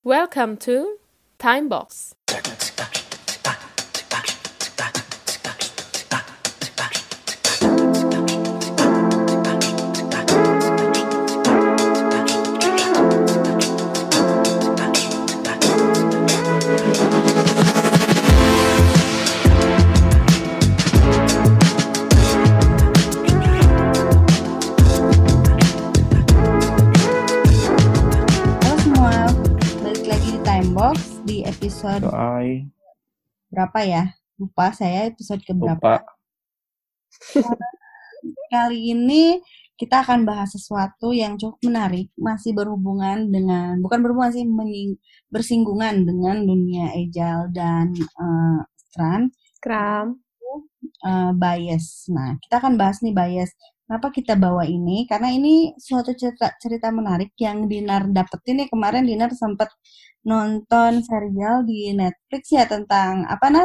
Welcome to Timebox. Halo semua, balik lagi di Timebox di episode berapa ya? Lupa saya episode keberapa. Kali ini kita akan bahas sesuatu yang cukup menarik, masih berhubungan dengan, bukan berhubungan sih, bersinggungan dengan dunia agile dan Scrum, bias. Nah, kita akan bahas nih bias. Kenapa kita bawa ini? Karena ini suatu cerita menarik yang Dinar dapetin nih. Kemarin Dinar sempat nonton serial di Netflix ya tentang apa, Nar?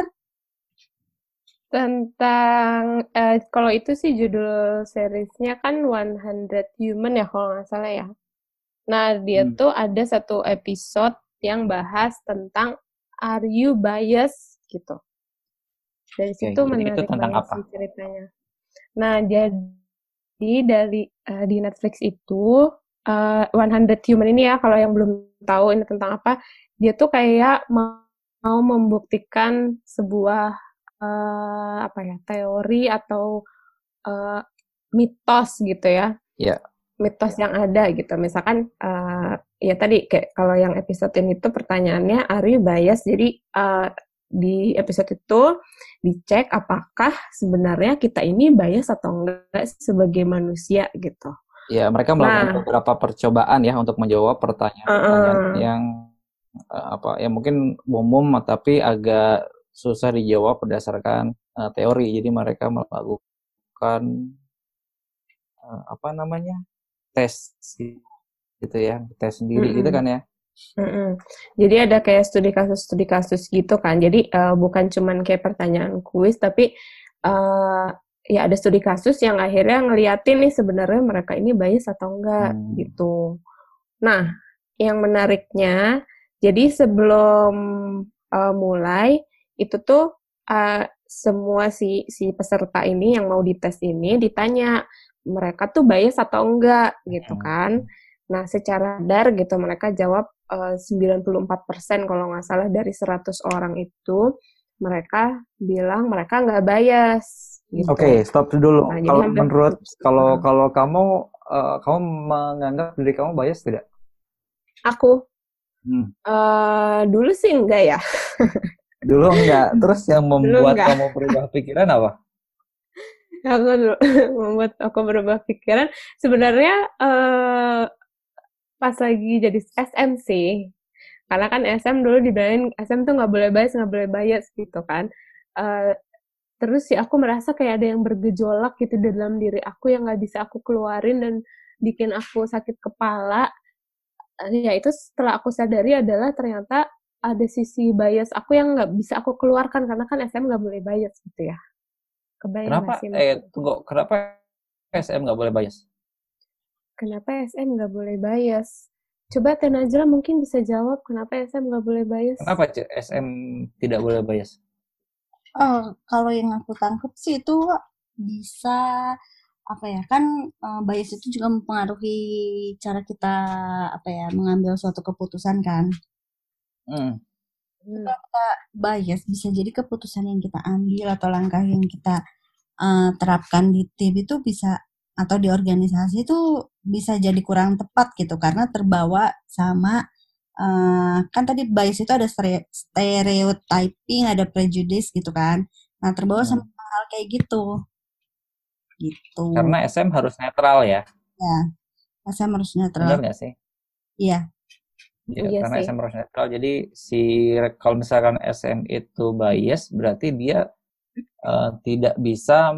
Tentang, kalau itu sih judul seriesnya kan 100 Human ya kalau nggak salah ya. Nah, dia tuh ada satu episode yang bahas tentang Are you biased? Gitu. Dari situ Jadi itu menarik tentang banget apa? sih ceritanya. Nah, jadi di Netflix itu 100 Human ini ya, kalau yang belum tahu ini tentang apa, dia tuh kayak mau membuktikan sebuah apa ya, teori atau eh, mitos gitu ya. Ya. Mitos yang ada gitu. Misalkan ya tadi kayak kalau yang episode ini tuh pertanyaannya are you biased? Jadi di episode itu dicek apakah sebenarnya kita ini bias atau enggak sebagai manusia gitu. Ya, mereka melakukan beberapa percobaan ya untuk menjawab pertanyaan-pertanyaan yang ya mungkin umum tapi agak susah dijawab berdasarkan teori. Jadi mereka melakukan tes gitu ya, tes sendiri gitu kan ya. Jadi ada kayak studi kasus gitu kan. Jadi bukan cuman kayak pertanyaan kuis, tapi ya ada studi kasus yang akhirnya ngeliatin nih sebenarnya mereka ini bias atau enggak gitu. Nah, yang menariknya, jadi sebelum mulai itu tuh semua si peserta ini yang mau dites ini ditanya mereka tuh bias atau enggak gitu kan. Nah, secara sadar gitu mereka jawab 94% kalau nggak salah dari 100 orang itu mereka bilang mereka nggak bias gitu. Oke, stop dulu. Nah, Kalau menurut kalau kamu menganggap diri kamu bias tidak? aku dulu sih enggak ya. Dulu enggak. Terus yang membuat kamu berubah pikiran apa? Membuat aku berubah pikiran sebenarnya pas lagi jadi SM sih. Karena kan SM dulu dibilangin SM tuh nggak boleh bias gitu kan. Terus sih aku merasa kayak ada yang bergejolak gitu dalam diri aku yang nggak bisa aku keluarin dan bikin aku sakit kepala. Ya itu setelah aku sadari adalah ternyata ada sisi bias aku yang nggak bisa aku keluarkan karena kan SM nggak boleh bias gitu ya. Kebayang Kenapa? nggak sih? Kenapa SM nggak boleh bias? Kenapa SM nggak boleh bias? Coba Teh Najla mungkin bisa jawab kenapa SM nggak boleh bias? Kenapa SM tidak boleh bias? Kalau yang aku tangkep sih itu bisa apa ya, kan bias itu juga mempengaruhi cara kita apa ya mengambil suatu keputusan kan. Kalau kita bias bisa jadi keputusan yang kita ambil atau langkah yang kita terapkan di tim itu bisa atau di organisasi itu bisa jadi kurang tepat gitu karena terbawa sama kan tadi bias itu ada stereotyping, ada prejudice gitu kan. Nah, terbawa sama hal kayak gitu. Gitu. Karena SM harus netral ya. Ya, saya harus netral. Benar nggak sih? Iya. Ya, Iya karena sih. SM harus netral. Jadi kalau misalkan SM itu bias, berarti dia tidak bisa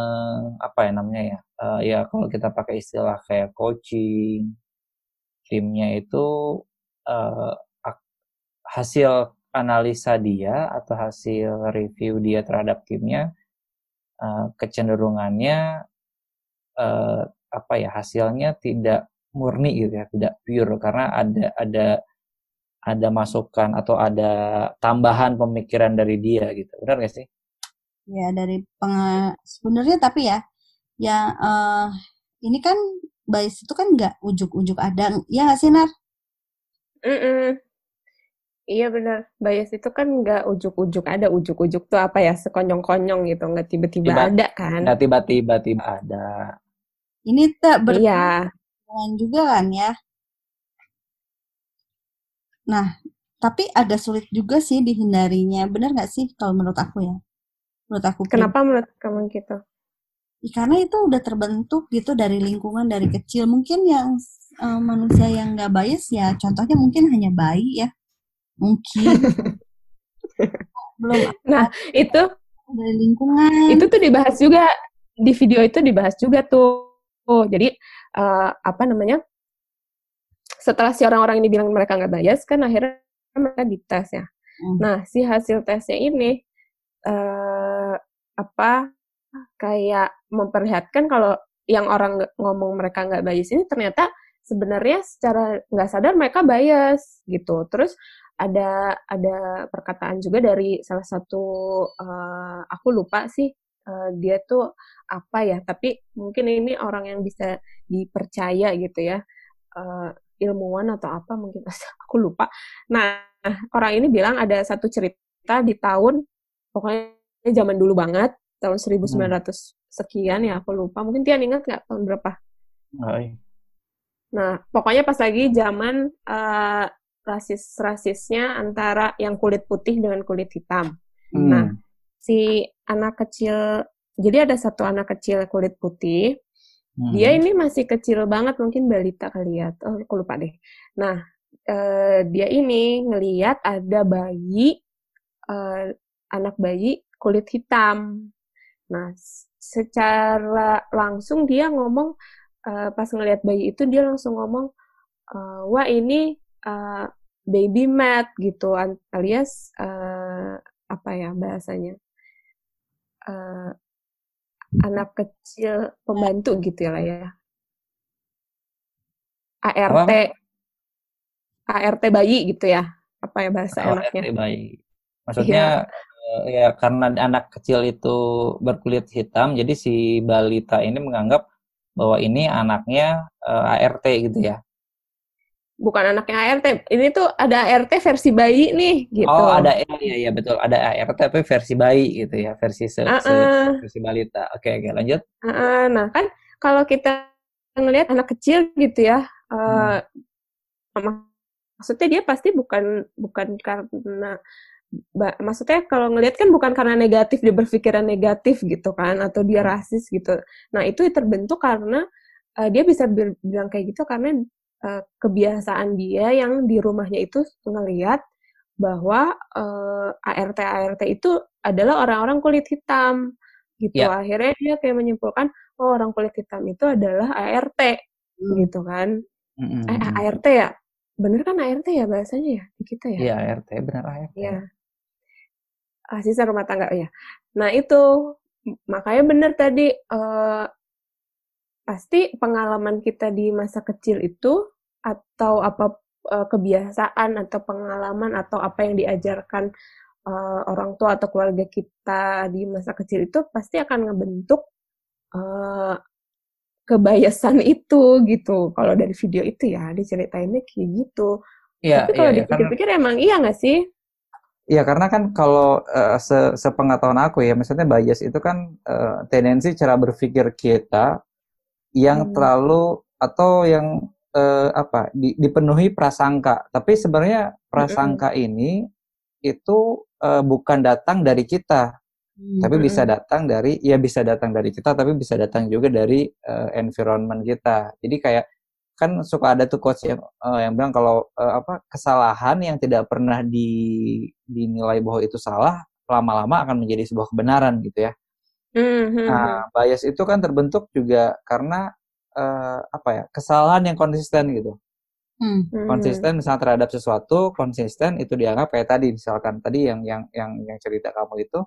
ya kalau kita pakai istilah kayak coaching, timnya itu hasil analisa dia atau hasil review dia terhadap timnya kecenderungannya hasilnya tidak murni gitu ya, tidak pure karena ada ada masukan atau ada tambahan pemikiran dari dia gitu. Benar nggak sih? Ya dari sebenarnya tapi ya ini kan bias itu kan nggak ujuk-ujuk ada, ya nggak sih Nar? Mm-mm. Iya benar, bias itu kan nggak ujuk-ujuk ada, ujuk-ujuk tuh apa ya, sekonyong-konyong gitu, nggak tiba-tiba Tiba ada kan. nggak tiba-tiba ada. Ini tak Iya, berhubungan juga kan ya. Nah, tapi agak sulit juga sih dihindarinya, benar nggak sih kalau menurut aku ya? Menurut aku kenapa pribadi. menurut kamu gitu? Karena itu udah terbentuk gitu dari lingkungan dari kecil. Mungkin yang manusia yang nggak bias ya, contohnya mungkin hanya bayi ya, mungkin belum ada Nah, itu dari lingkungan. itu tuh dibahas juga di video itu dibahas juga tuh. Oh, jadi apa namanya? Setelah si orang-orang ini bilang mereka nggak bias, kan akhirnya mereka dites ya. Nah, si hasil tesnya ini apa kayak memperlihatkan kalau yang orang ngomong mereka nggak bias ini ternyata sebenarnya secara nggak sadar mereka bias gitu. Terus ada perkataan juga dari salah satu aku lupa sih dia tuh apa ya, tapi mungkin ini orang yang bisa dipercaya gitu ya, ilmuwan atau apa mungkin aku lupa. Nah, orang ini bilang ada satu cerita di tahun pokoknya zaman dulu banget, tahun 1900 sekian ya, aku lupa. Mungkin Tian ingat nggak tahun berapa? Nah, pokoknya pas lagi zaman rasis-rasisnya antara yang kulit putih dengan kulit hitam. Nah, si anak kecil, jadi ada satu anak kecil kulit putih, dia ini masih kecil banget, mungkin balita kali ya, aku lupa deh. Nah, dia ini ngeliat ada bayi, anak bayi kulit hitam. Nah, secara langsung dia ngomong, pas ngelihat bayi itu dia langsung ngomong, wah ini baby mat gitu, alias apa ya bahasanya, anak kecil pembantu gitu ya lah ya, ART, ART bayi gitu ya, apa ya bahasa enaknya? ART bayi. Iya. Maksudnya ya karena anak kecil itu berkulit hitam, jadi si balita ini menganggap bahwa ini anaknya ART gitu ya. Bukan anaknya ART, ini tuh ada ART versi bayi nih gitu. Oh, ada iya betul, ada ART tapi versi bayi gitu ya, versi versi balita. Oke, lanjut. Nah, kan kalau kita ngelihat anak kecil gitu ya, maksudnya dia pasti bukan karena maksudnya kalau ngelihat kan bukan karena negatif, dia berpikiran negatif gitu kan, atau dia rasis gitu. Nah, itu terbentuk karena dia bisa bilang kayak gitu karena kebiasaan dia yang di rumahnya itu ngelihat bahwa ART itu adalah orang-orang kulit hitam gitu. Ya. Akhirnya dia kayak menyimpulkan, oh orang kulit hitam itu adalah ART gitu kan. ART ya? Bener kan ART ya bahasanya ya di kita ya? Iya, ART, benar ART. Iya. Asisten rumah tangga ya. Nah itu makanya bener tadi pasti pengalaman kita di masa kecil itu atau apa kebiasaan atau pengalaman atau apa yang diajarkan orang tua atau keluarga kita di masa kecil itu pasti akan ngebentuk kebiasaan itu gitu. Kalau dari video itu ya diceritainnya kayak gitu. Tapi kalau dipikir-pikir emang iya nggak sih? Iya, karena kan kalau sepengetahuan aku ya, misalnya bias itu kan tendensi cara berpikir kita yang terlalu atau yang dipenuhi prasangka. Tapi sebenarnya prasangka ini itu bukan datang dari kita, tapi bisa datang dari kita, tapi bisa datang juga dari environment kita. Jadi kayak kan suka ada tuh coach yang bilang kalau kesalahan yang tidak pernah dinilai bahwa itu salah lama-lama akan menjadi sebuah kebenaran gitu ya. Nah, bias itu kan terbentuk juga karena kesalahan yang konsisten gitu. Konsisten misalnya terhadap sesuatu, konsisten itu dianggap kayak tadi misalkan tadi yang cerita kamu itu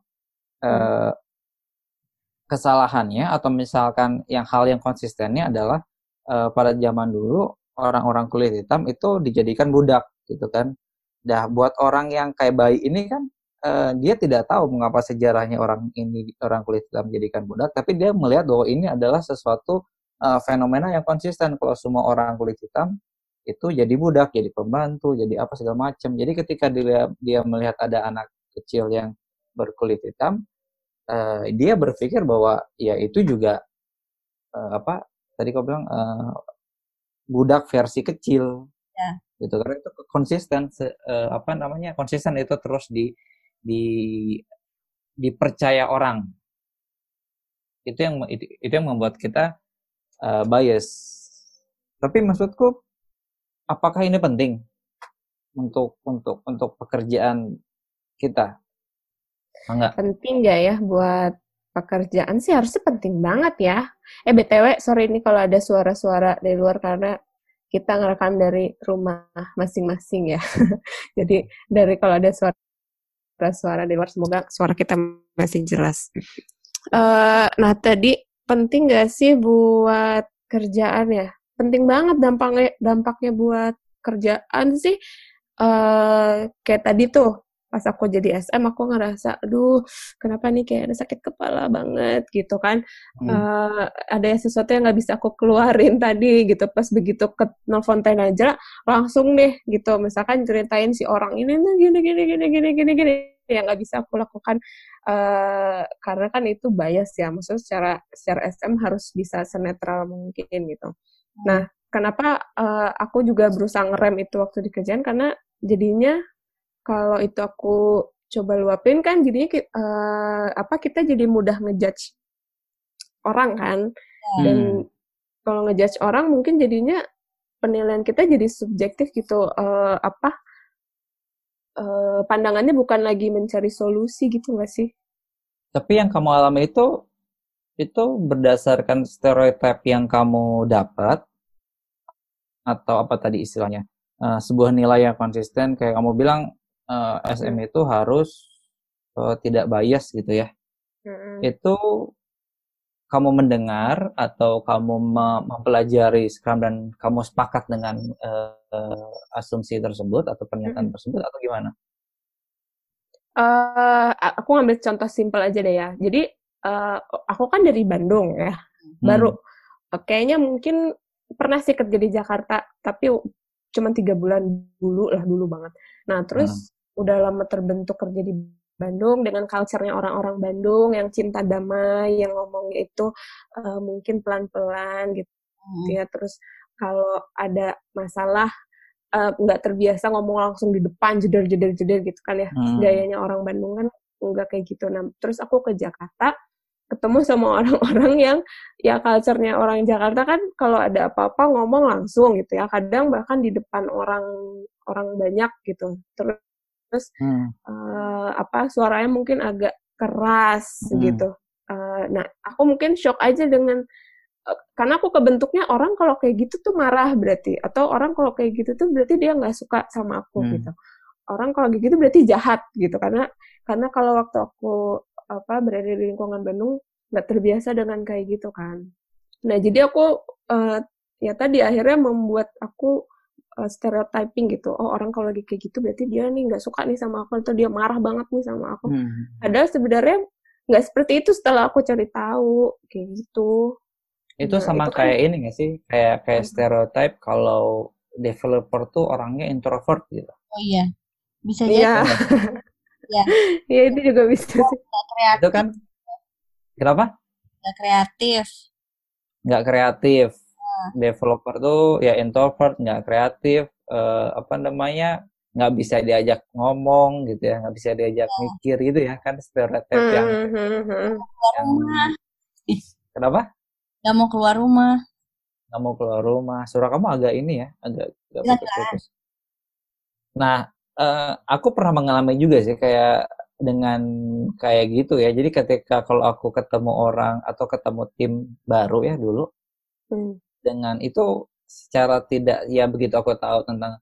kesalahannya atau misalkan hal yang konsistennya adalah pada zaman dulu orang-orang kulit hitam itu dijadikan budak gitu kan. Dah buat orang yang kayak bayi ini kan dia tidak tahu mengapa sejarahnya orang kulit hitam menjadikan budak, tapi dia melihat bahwa ini adalah sesuatu fenomena yang konsisten. Kalau semua orang kulit hitam itu jadi budak, jadi pembantu, jadi apa segala macam. Jadi ketika dia melihat ada anak kecil yang berkulit hitam, dia berpikir bahwa ya itu juga apa tadi kau bilang budak versi kecil, Ya. gitu. Karena itu konsisten, konsisten itu terus di dipercaya orang. Itu yang membuat kita bias. Tapi maksudku, apakah ini penting untuk pekerjaan kita? Enggak. Penting nggak ya buat pekerjaan sih? Harusnya penting banget ya. BTW, sorry ini kalau ada suara-suara dari luar karena kita ngerekam dari rumah masing-masing ya. Jadi kalau ada suara di luar, semoga suara kita masih jelas. Nah tadi penting nggak sih buat kerjaan ya? Penting banget dampaknya buat kerjaan sih. Kayak tadi tuh pas aku jadi SM aku ngerasa aduh kenapa nih kayak ada sakit kepala banget gitu kan. Ada sesuatu yang nggak bisa aku keluarin tadi gitu, pas begitu ke nelfon aja langsung deh gitu, misalkan ceritain si orang ini tuh gini yang nggak bisa aku lakukan karena kan itu bias ya, maksudnya secara SM harus bisa senetral mungkin gitu. Nah kenapa aku juga berusaha ngerem itu waktu di kerjaan, karena jadinya kalau itu aku coba luapin kan jadinya kita jadi mudah ngejudge orang kan. Dan kalau ngejudge orang mungkin jadinya penilaian kita jadi subjektif gitu, pandangannya bukan lagi mencari solusi gitu nggak sih? Tapi yang kamu alami itu berdasarkan stereotip yang kamu dapat, atau apa tadi istilahnya, sebuah nilai yang konsisten, kayak kamu bilang SM itu harus tidak bias gitu ya. Itu kamu mendengar atau kamu mempelajari Scrum dan kamu sepakat dengan asumsi tersebut atau pernyataan tersebut atau gimana? Aku ngambil contoh simpel aja deh ya. Jadi aku kan dari Bandung ya, baru kayaknya mungkin pernah sih kerja di Jakarta, tapi cuma 3 bulan dulu banget. Nah terus udah lama terbentuk kerja di Bandung dengan culture-nya orang-orang Bandung yang cinta damai, yang ngomongnya itu mungkin pelan-pelan gitu ya. Terus kalau ada masalah nggak terbiasa ngomong langsung di depan jeder gitu kan ya. Gayanya orang Bandung kan nggak kayak gitu. Nah terus aku ke Jakarta ketemu sama orang-orang yang ya culture-nya orang Jakarta kan kalau ada apa-apa ngomong langsung gitu ya, kadang bahkan di depan orang banyak gitu. Terus suaranya mungkin agak keras gitu. Nah aku mungkin shock aja dengan karena aku kebentuknya orang kalau kayak gitu tuh marah berarti, atau orang kalau kayak gitu tuh berarti dia nggak suka sama aku gitu. Orang kalau kayak gitu berarti jahat gitu, karena kalau waktu aku berada di lingkungan Bandung nggak terbiasa dengan kayak gitu kan. Nah jadi aku ya tadi akhirnya membuat aku stereotyping gitu. Oh orang kalau lagi kayak gitu berarti dia nih nggak suka nih sama aku, atau dia marah banget nih sama aku. Padahal sebenarnya nggak seperti itu setelah aku cari tahu kayak gitu. Itu sama itu kayak kan, ini nggak sih? Kayak stereotype kalau developer tuh orangnya introvert gitu. Oh iya, bisa jadi. Iya. Iya itu juga bisa sih. Itu kan kenapa? Nggak kreatif. Developer tuh ya introvert, nggak kreatif, nggak bisa diajak ngomong gitu ya, nggak bisa diajak mikir gitu ya, kan stereotip yang kenapa? Nggak mau keluar rumah. Suara kamu agak ini ya, agak putus-putus. Nah, aku pernah mengalami juga sih kayak dengan kayak gitu ya. Jadi ketika kalau aku ketemu orang atau ketemu tim baru ya dulu, dengan itu secara tidak ya begitu aku tahu tentang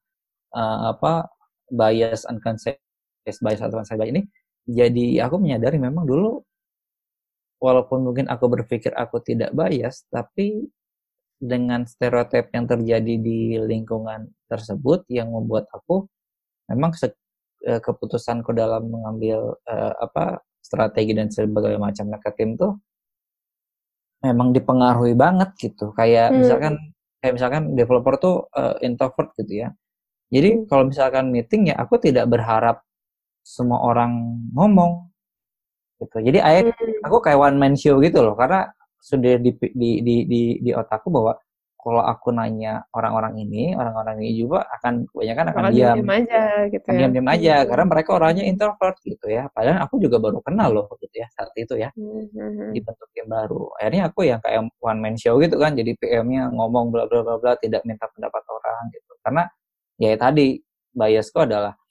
bias, unconscious bias atau unconscious bias ini, jadi aku menyadari memang dulu walaupun mungkin aku berpikir aku tidak bias, tapi dengan stereotip yang terjadi di lingkungan tersebut yang membuat aku memang keputusanku dalam mengambil strategi dan sebagainya macamnya ke tim tuh memang dipengaruhi banget gitu. Kayak misalkan developer tuh introvert gitu ya. Jadi kalau misalkan meeting ya aku tidak berharap semua orang ngomong gitu. Jadi aku kayak one man show gitu loh, karena sudah di otakku bahwa kalau aku nanya orang-orang ini juga kebanyakan akan diam aja gitu ya. Diam aja karena mereka orangnya introvert gitu ya. Padahal aku juga baru kenal loh gitu ya saat itu ya. Dibentuk tim baru. Akhirnya aku yang kayak one man show gitu kan, jadi PM-nya ngomong bla bla bla bla, tidak minta pendapat orang gitu. Karena ya tadi biasku adalah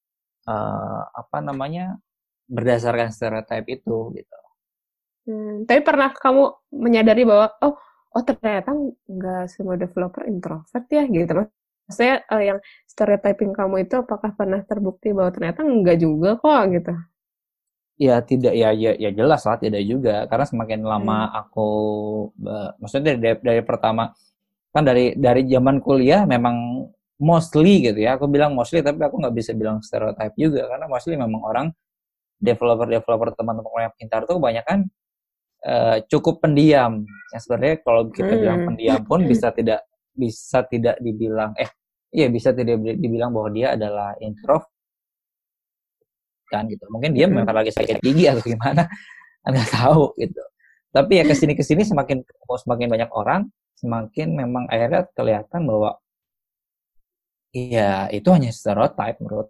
berdasarkan stereotip itu gitu. Tapi pernah kamu menyadari bahwa oh ternyata nggak semua developer introvert ya gitu. Maksudnya yang stereotyping kamu itu apakah pernah terbukti bahwa ternyata nggak juga kok gitu? Ya tidak, ya jelas lah tidak juga, karena semakin lama aku maksudnya dari pertama kan dari zaman kuliah memang mostly gitu ya, aku bilang mostly tapi aku nggak bisa bilang stereotype juga, karena mostly memang orang developer teman-teman yang pintar tuh kebanyakan cukup pendiam. Ya sebenarnya kalau kita bilang pendiam pun bisa tidak dibilang bisa tidak dibilang bahwa dia adalah introvert kan gitu. Mungkin dia memang lagi sakit gigi atau gimana, nggak tahu gitu. Tapi ya kesini semakin banyak orang, semakin memang akhirnya kelihatan bahwa iya itu hanya stereotype menurut.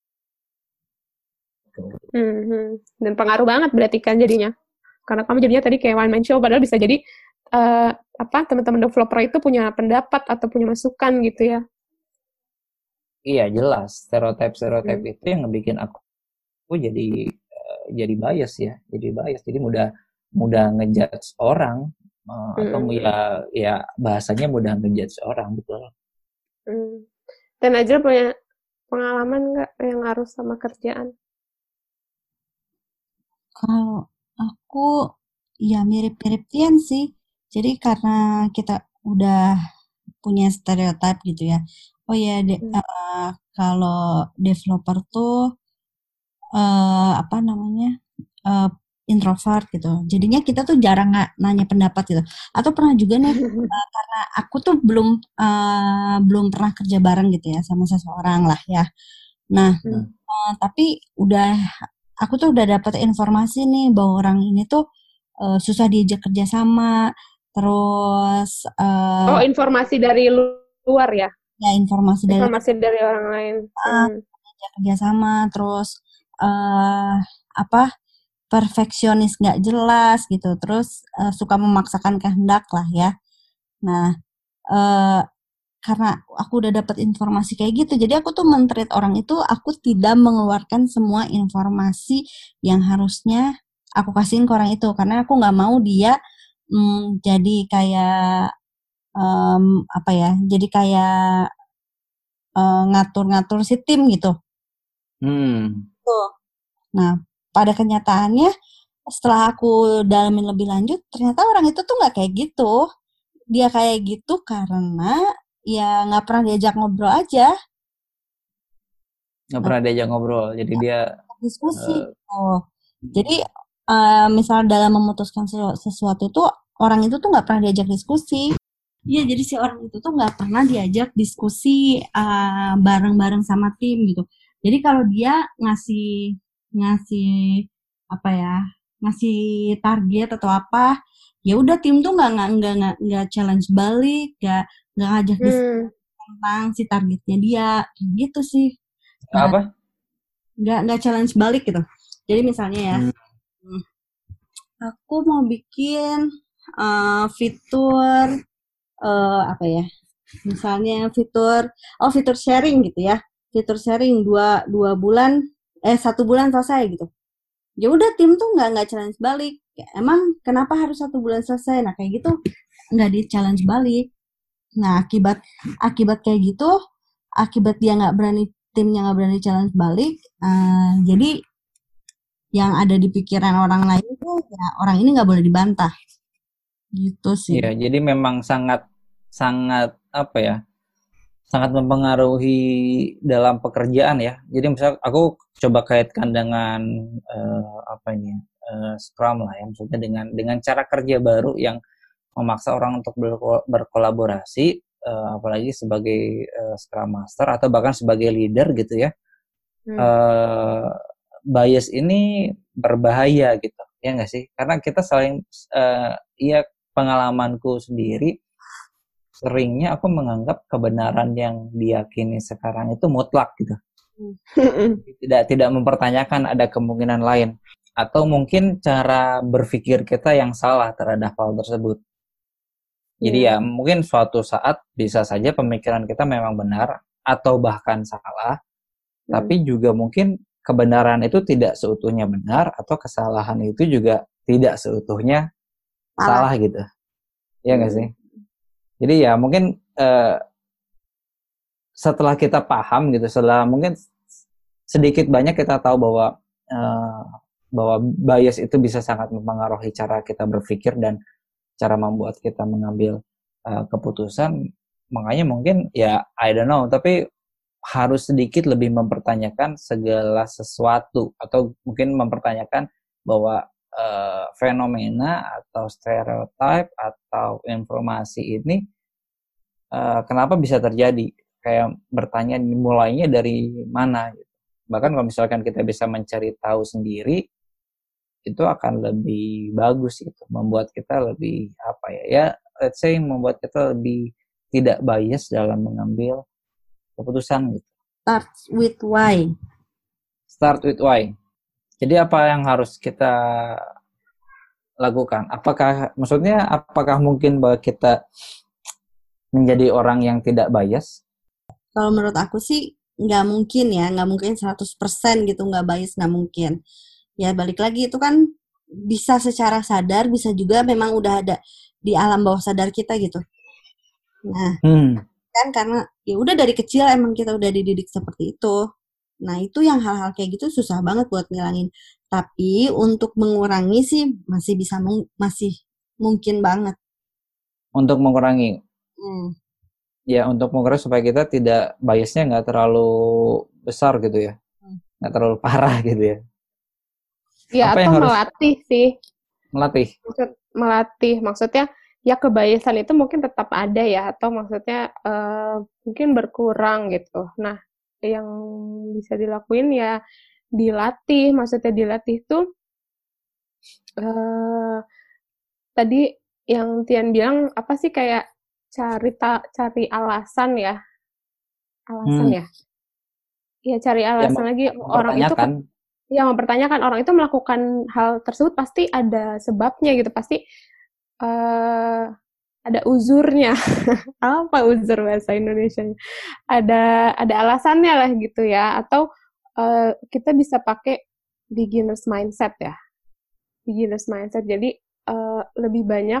Dan pengaruh banget berarti kan jadinya. Karena kamu jadinya tadi kayak one man show, padahal bisa jadi teman-teman developer itu punya pendapat atau punya masukan gitu ya. Iya jelas, stereotype itu yang ngebikin aku jadi bias ya, jadi mudah ngejudge orang atau ya bahasanya mudah ngejudge orang, betul. Dan Najla punya pengalaman nggak yang harus sama kerjaan? Kalau aku ya mirip-mirip Tian sih. Jadi karena kita udah punya stereotip gitu ya. Oh ya, kalau developer tuh introvert gitu. Jadinya kita tuh jarang nanya pendapat gitu. Atau pernah juga nih karena aku tuh belum pernah kerja bareng gitu ya sama seseorang lah ya. Nah, tapi aku tuh udah dapat informasi nih bahwa orang ini tuh susah diajak kerja sama, terus informasi dari luar ya? Ya, informasi dari orang lain. Diajak kerja sama, terus perfeksionis nggak jelas gitu, terus suka memaksakan kehendak lah ya. Nah, karena aku udah dapat informasi kayak gitu, jadi aku tuh men-treat orang itu, aku tidak mengeluarkan semua informasi yang harusnya aku kasihin ke orang itu, karena aku nggak mau dia jadi kayak jadi kayak ngatur-ngatur si tim gitu. Tuh. Nah, pada kenyataannya setelah aku dalamin lebih lanjut, ternyata orang itu tuh nggak kayak gitu. Dia kayak gitu karena ya nggak pernah diajak ngobrol aja. Nggak pernah diajak ngobrol, jadi dia diskusi. Jadi misal dalam memutuskan sesuatu itu orang itu tuh nggak pernah diajak diskusi. Iya, jadi si orang itu tuh nggak pernah diajak diskusi bareng-bareng sama tim gitu. Jadi kalau dia ngasih target atau apa, ya udah tim tuh nggak challenge balik, nggak ngajak diskusi tentang si targetnya dia, gitu sih. Apa? Nggak challenge balik gitu. Jadi misalnya ya, aku mau bikin fitur misalnya fitur sharing gitu ya, fitur sharing 1 bulan selesai gitu. Ya udah tim tuh nggak challenge balik. Ya, emang kenapa harus 1 bulan selesai? Nah kayak gitu nggak di challenge balik. Nah akibat kayak gitu, akibat timnya nggak berani challenge balik, jadi yang ada di pikiran orang lain itu ya orang ini nggak boleh dibantah. Gitu sih. Iya, jadi memang sangat sangat mempengaruhi dalam pekerjaan ya. Jadi misalnya aku coba kaitkan dengan Scrum lah ya, maksudnya dengan cara kerja baru yang memaksa orang untuk berkolaborasi, apalagi sebagai Scrum Master atau bahkan sebagai leader gitu ya. Bias ini berbahaya gitu, ya nggak sih? Karena kita saling, pengalamanku sendiri, seringnya aku menganggap kebenaran yang diyakini sekarang itu mutlak gitu. Tidak mempertanyakan ada kemungkinan lain. Atau mungkin cara berpikir kita yang salah terhadap hal tersebut. Jadi ya mungkin suatu saat bisa saja pemikiran kita memang benar atau bahkan salah. Tapi juga mungkin kebenaran itu tidak seutuhnya benar atau kesalahan itu juga tidak seutuhnya salah gitu. Ya nggak sih? Jadi ya mungkin setelah kita paham gitu, setelah mungkin sedikit banyak kita tahu bahwa bias itu bisa sangat mempengaruhi cara kita berpikir dan cara membuat kita mengambil keputusan. Makanya mungkin ya I don't know, tapi harus sedikit lebih mempertanyakan segala sesuatu atau mungkin mempertanyakan bahwa fenomena atau stereotip atau informasi ini kenapa bisa terjadi, kayak bertanya mulainya dari mana gitu. Bahkan kalau misalkan kita bisa mencari tahu sendiri itu akan lebih bagus gitu, membuat kita lebih let's say membuat kita lebih tidak bias dalam mengambil keputusan gitu. Start with why. Jadi apa yang harus kita lakukan? Apakah mungkin bahwa kita menjadi orang yang tidak bias? Kalau menurut aku sih nggak mungkin 100% gitu nggak bias, nggak mungkin. Ya balik lagi itu kan bisa secara sadar, bisa juga memang udah ada di alam bawah sadar kita gitu. Nah, kan karena ya udah dari kecil emang kita udah dididik seperti itu. Nah, itu yang hal-hal kayak gitu susah banget buat ngilangin. Tapi untuk mengurangi sih masih mungkin banget. Untuk mengurangi. Ya, untuk mengurangi supaya kita tidak biasnya nggak terlalu besar gitu ya. Nggak terlalu parah gitu ya. Ya, atau melatih sih. Melatih. Maksudnya ya kebiasaan itu mungkin tetap ada ya, atau maksudnya mungkin berkurang gitu. Nah, yang bisa dilakuin ya dilatih. Maksudnya dilatih tuh tadi yang Tian bilang apa sih, kayak cari alasan ya. Ya cari alasan lagi orang itu mempertanyakan orang itu melakukan hal tersebut pasti ada sebabnya gitu, pasti ada uzurnya. Apa uzur bahasa Indonesianya? Ada alasannya lah gitu ya. Atau kita bisa pakai beginner's mindset ya. Beginner's mindset. Jadi lebih banyak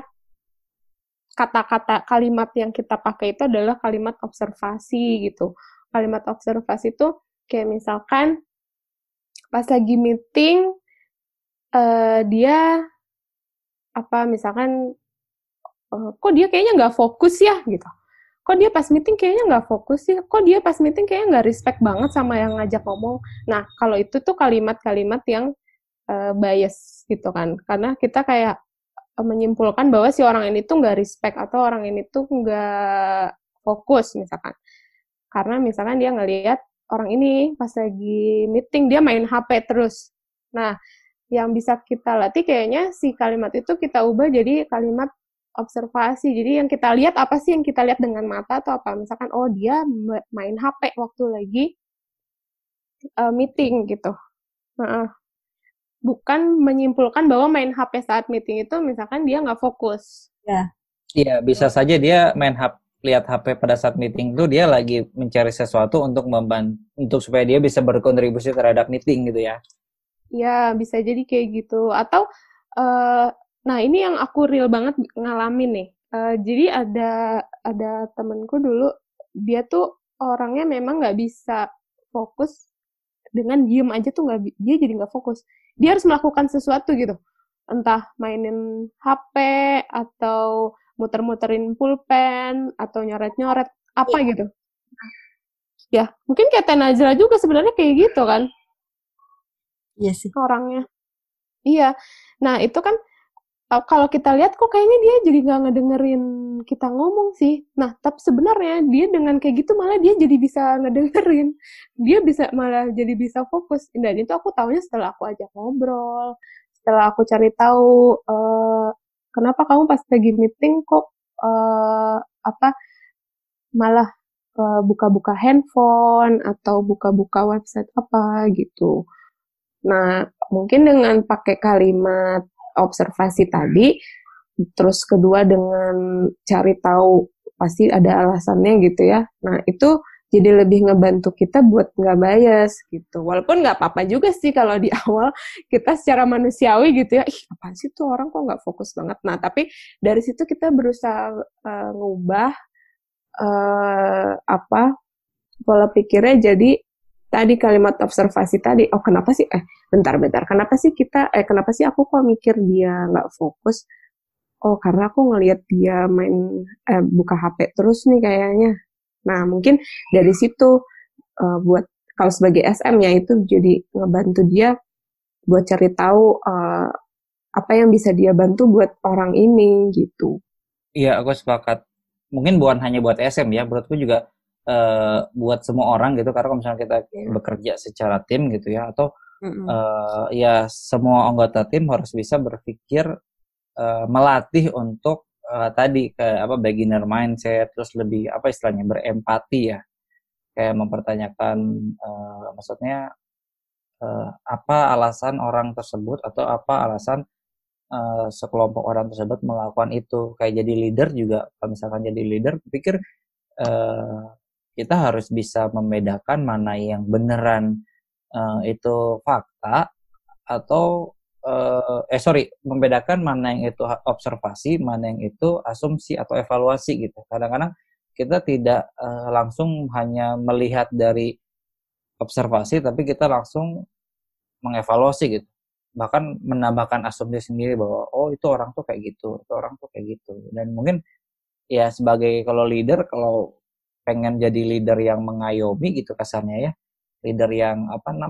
kalimat yang kita pakai itu adalah kalimat observasi gitu. Kalimat observasi itu kayak misalkan pas lagi meeting dia misalkan kok dia kayaknya nggak fokus ya gitu. Kok dia pas meeting kayaknya nggak fokus ya. Kok dia pas meeting kayaknya nggak respect banget sama yang ngajak ngomong. Nah, kalau itu tuh kalimat-kalimat yang bias gitu kan. Karena kita kayak menyimpulkan bahwa si orang ini tuh nggak respect atau orang ini tuh nggak fokus misalkan. Karena misalkan dia ngelihat orang ini pas lagi meeting dia main HP terus. Nah, yang bisa kita latih kayaknya si kalimat itu kita ubah jadi kalimat observasi. Jadi yang kita lihat apa sih yang kita lihat dengan mata atau apa? Misalkan dia main HP waktu lagi meeting gitu. Bukan menyimpulkan bahwa main HP saat meeting itu misalkan dia nggak fokus. Iya, bisa saja dia lihat HP pada saat meeting itu dia lagi mencari sesuatu untuk supaya dia bisa berkontribusi terhadap meeting gitu ya. Ya, bisa jadi kayak gitu. Atau nah ini yang aku real banget ngalamin nih. Jadi ada temenku dulu, dia tuh orangnya memang nggak bisa fokus dengan diem aja tuh dia jadi nggak fokus. Dia harus melakukan sesuatu gitu. Entah mainin HP atau muter-muterin pulpen atau nyoret-nyoret apa gitu. Ya, mungkin kayak Najla juga sebenarnya kayak gitu kan. Iya sih. Orangnya. Iya. Nah, itu kan kalau kita lihat kok kayaknya dia jadi nggak ngedengerin kita ngomong sih. Nah, tapi sebenarnya dia dengan kayak gitu malah dia jadi bisa ngedengerin. Dia bisa malah jadi bisa fokus. Dan itu aku tahunya setelah aku ajak ngobrol, setelah aku cari tahu kenapa kamu pas lagi meeting kok apa malah buka-buka handphone atau buka-buka website apa gitu. Nah, mungkin dengan pakai kalimat observasi tadi, terus kedua dengan cari tahu pasti ada alasannya gitu ya. Nah, itu jadi lebih ngebantu kita buat nggak bias gitu. Walaupun nggak apa-apa juga sih kalau di awal kita secara manusiawi gitu ya, ih apaan sih tuh orang kok nggak fokus banget. Nah, tapi dari situ kita berusaha ngubah pola pikirnya jadi tadi kalimat observasi tadi, oh kenapa sih bentar kenapa sih aku kok mikir dia nggak fokus, oh karena aku ngelihat dia main buka HP terus nih kayaknya. Nah mungkin dari situ buat kalau sebagai SM ya itu jadi ngebantu dia buat cari tahu apa yang bisa dia bantu buat orang ini gitu. Iya, aku sepakat. Mungkin bukan hanya buat SM ya, menurutku juga buat semua orang gitu. Karena kalau misalnya kita bekerja secara tim gitu ya, atau ya semua anggota tim harus bisa berpikir melatih untuk tadi kayak beginner mindset, terus lebih istilahnya berempati ya, kayak mempertanyakan maksudnya apa alasan orang tersebut atau apa alasan sekelompok orang tersebut melakukan itu. Kayak jadi leader juga, kalau misalkan jadi leader, pikir kita harus bisa membedakan mana yang beneran itu fakta atau membedakan mana yang itu observasi, mana yang itu asumsi atau evaluasi gitu. Kadang-kadang kita tidak langsung hanya melihat dari observasi, tapi kita langsung mengevaluasi gitu. Bahkan menambahkan asumsi sendiri bahwa oh itu orang tuh kayak gitu, itu orang tuh kayak gitu. Dan mungkin ya sebagai kalau leader, kalau pengen jadi leader yang mengayomi gitu kasarnya ya, leader yang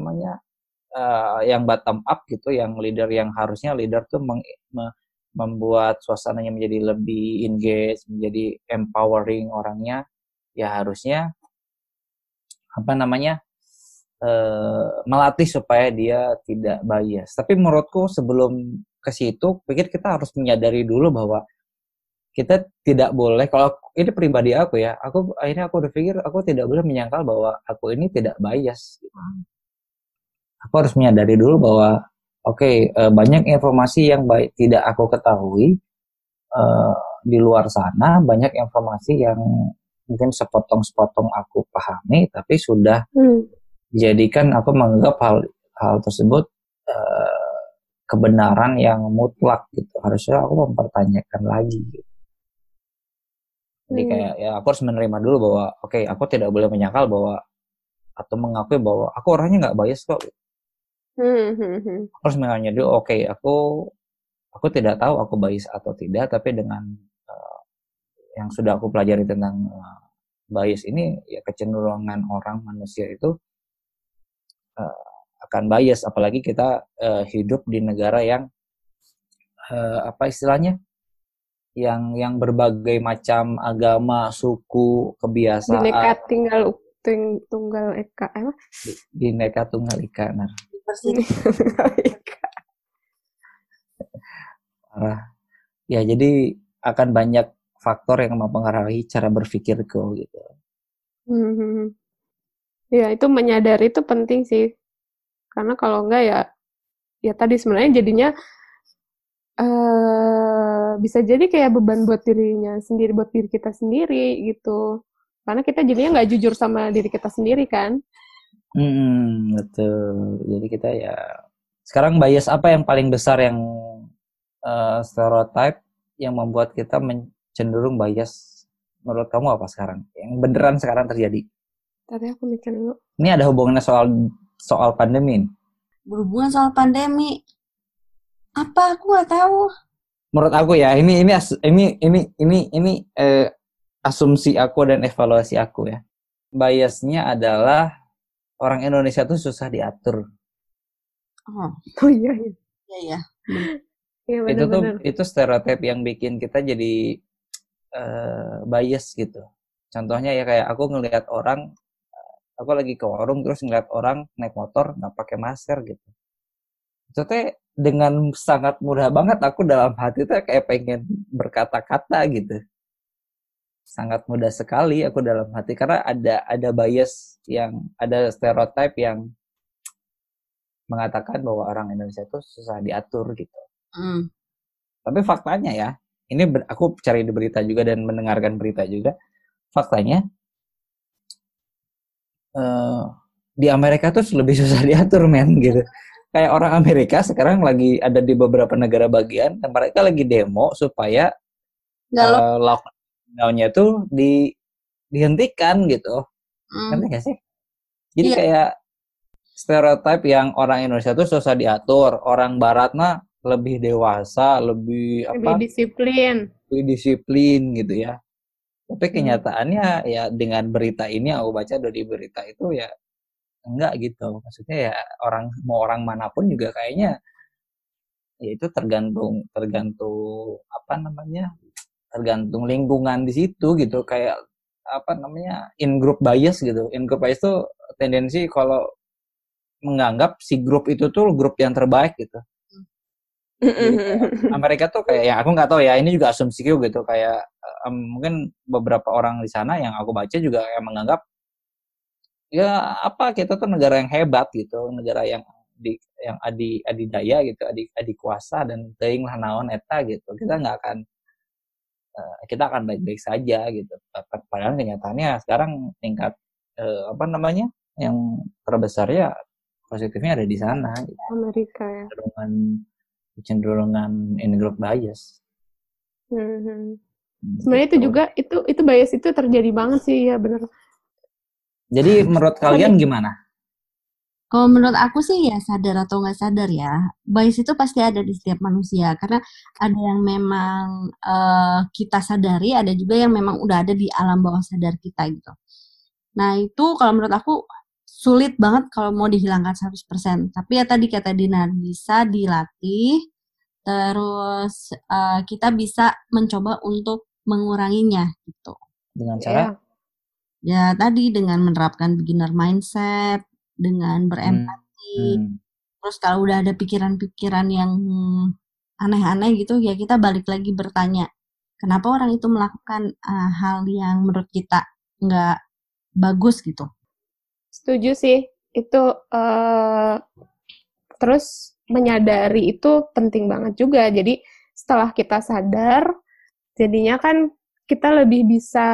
yang bottom up gitu, yang leader yang harusnya leader tuh membuat suasananya menjadi lebih engage, menjadi empowering orangnya, ya harusnya melatih supaya dia tidak bias. Tapi menurutku sebelum ke situ, pikir kita harus menyadari dulu bahwa kita tidak boleh, kalau ini pribadi aku ya, akhirnya aku berpikir aku tidak boleh menyangkal bahwa aku ini tidak bias. Aku harus menyadari dulu bahwa banyak informasi yang tidak aku ketahui di luar sana, banyak informasi yang mungkin sepotong-sepotong aku pahami, tapi sudah jadikan aku menganggap hal tersebut kebenaran yang mutlak gitu. Harusnya aku mempertanyakan lagi gitu. Jadi kayak ya aku harus menerima dulu bahwa aku tidak boleh menyangkal bahwa atau mengakui bahwa aku orangnya nggak bias kok. Aku harus menanya dulu aku tidak tahu aku bias atau tidak, tapi dengan yang sudah aku pelajari tentang bias ini, ya kecenderungan orang manusia itu akan bias, apalagi kita hidup di negara yang istilahnya yang berbagai macam agama, suku, kebiasaan. Tunggal eka Bineka Tunggal Ika. Nah. Ya jadi akan banyak faktor yang mempengaruhi cara berpikirku gitu. Ya itu menyadari itu penting sih, karena kalau enggak ya tadi sebenarnya jadinya bisa jadi kayak beban buat dirinya sendiri, buat diri kita sendiri gitu, karena kita jadinya nggak jujur sama diri kita sendiri kan. Betul. Jadi kita ya sekarang bias apa yang paling besar, yang stereotype yang membuat kita cenderung bias menurut kamu apa sekarang? Yang beneran sekarang terjadi? Tadi aku mikir dulu. Ini ada hubungannya soal pandemi. Berhubungan soal pandemi. Apa? Aku nggak tahu. Menurut aku ya, ini asumsi aku dan evaluasi aku ya. biasnya adalah orang Indonesia tuh susah diatur. Oh iya. Iya. Iya Itu stereotip yang bikin kita jadi bias gitu. Contohnya ya kayak aku ngelihat orang, aku lagi ke warung terus ngeliat orang naik motor nggak pakai masker gitu. Itu teh dengan sangat mudah banget aku dalam hati tuh kayak pengen berkata-kata gitu. Sangat mudah sekali aku dalam hati karena ada bias yang ada stereotip yang mengatakan bahwa orang Indonesia itu susah diatur gitu. Tapi faktanya ya, ini aku cari di berita juga dan mendengarkan berita juga. Faktanya di Amerika tuh lebih susah diatur men gitu. Kayak orang Amerika sekarang lagi ada di beberapa negara bagian dan mereka lagi demo supaya lockdown-nya tuh dihentikan gitu. Ngerti gak sih? Jadi kayak stereotip yang orang Indonesia tuh susah diatur, orang Barat mah lebih dewasa, lebih disiplin gitu ya. Tapi kenyataannya ya dengan berita ini yang aku baca dari berita itu ya enggak gitu. Maksudnya ya mau orang manapun juga kayaknya ya itu tergantung apa namanya? Tergantung lingkungan di situ gitu, kayak apa namanya? In group bias gitu. In group bias tuh tendensi kalau menganggap si grup itu tuh grup yang terbaik gitu. Jadi Amerika tuh kayak ya aku nggak tahu ya, ini juga asumsiku gitu, kayak mungkin beberapa orang di sana yang aku baca juga yang menganggap ya apa kita tuh negara yang hebat gitu, negara yang adidaya gitu, adi kuasa dan teuing lah naon eta gitu. Kita akan baik-baik saja gitu. Padahal kenyataannya sekarang tingkat apa namanya? Yang terbesar ya positifnya ada di sana gitu. Amerika ya. Kecenderungan in group bias. Sebenarnya itu juga itu bias itu terjadi banget sih ya, benar. Jadi menurut kalian gimana? Kalau menurut aku sih ya sadar atau nggak sadar ya, bias itu pasti ada di setiap manusia karena ada yang memang kita sadari, ada juga yang memang udah ada di alam bawah sadar kita gitu. Nah itu kalau menurut aku sulit banget kalau mau dihilangkan 100%. Tapi ya tadi kata Dinar, bisa dilatih, terus kita bisa mencoba untuk menguranginya gitu. Dengan cara? Ya tadi dengan menerapkan beginner mindset, dengan berempati. Terus kalau udah ada pikiran-pikiran yang aneh-aneh gitu, ya kita balik lagi bertanya, kenapa orang itu melakukan hal yang menurut kita nggak bagus gitu. Setuju sih, itu terus menyadari itu penting banget juga. Jadi setelah kita sadar, jadinya kan kita lebih bisa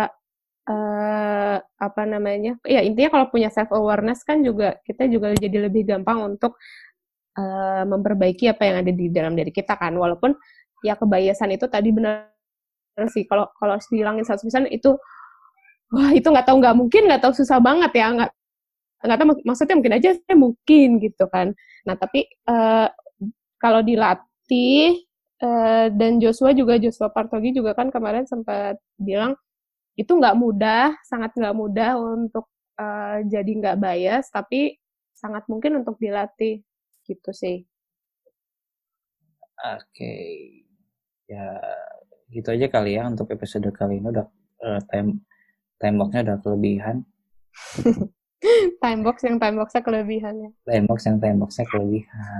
apa namanya? Ya intinya kalau punya self awareness kan juga kita juga jadi lebih gampang untuk memperbaiki apa yang ada di dalam diri kita kan. Walaupun ya kebiasaan itu tadi benar sih, kalau dihilangin 100% itu wah itu nggak tahu susah banget ya, nggak tahu maksudnya mungkin aja saya mungkin gitu kan. Nah tapi kalau dilatih dan Joshua Partogi juga kan kemarin sempat bilang itu nggak mudah, sangat nggak mudah untuk jadi nggak bias, tapi sangat mungkin untuk dilatih gitu sih. Oke. Ya gitu aja kali ya untuk episode kali ini, udah timeboxnya udah kelebihan. timeboxnya kelebihannya. Timeboxnya kelebihan.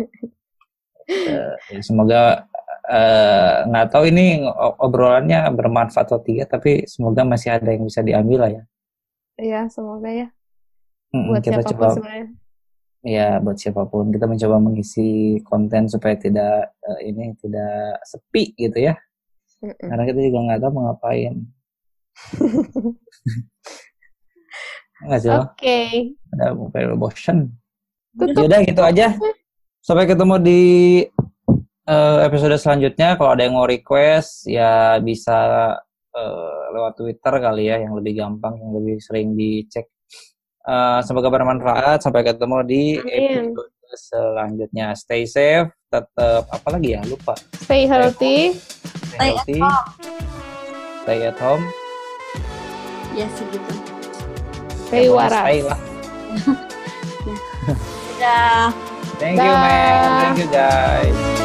Ya, semoga nggak tahu ini obrolannya bermanfaat atau tidak, tapi semoga masih ada yang bisa diambil lah ya. Iya, semoga ya. Buat kita siapapun coba, sebenarnya. Ya, buat siapapun kita mencoba mengisi konten supaya tidak sepi gitu ya. Karena kita juga nggak tahu mau ngapain. Nggak sih? Oke. Ada mobile bosan. Yaudah gitu aja. Sampai ketemu di episode selanjutnya. Kalau ada yang mau request ya bisa lewat Twitter kali ya, yang lebih gampang, yang lebih sering dicek. Semoga bermanfaat. Sampai ketemu di episode selanjutnya. Stay safe, tetap apa lagi ya? Lupa. Stay healthy. Stay at home. Ya segitu. Stay waras. Stay lah. Dadah. Thank you, man. Thank you, guys.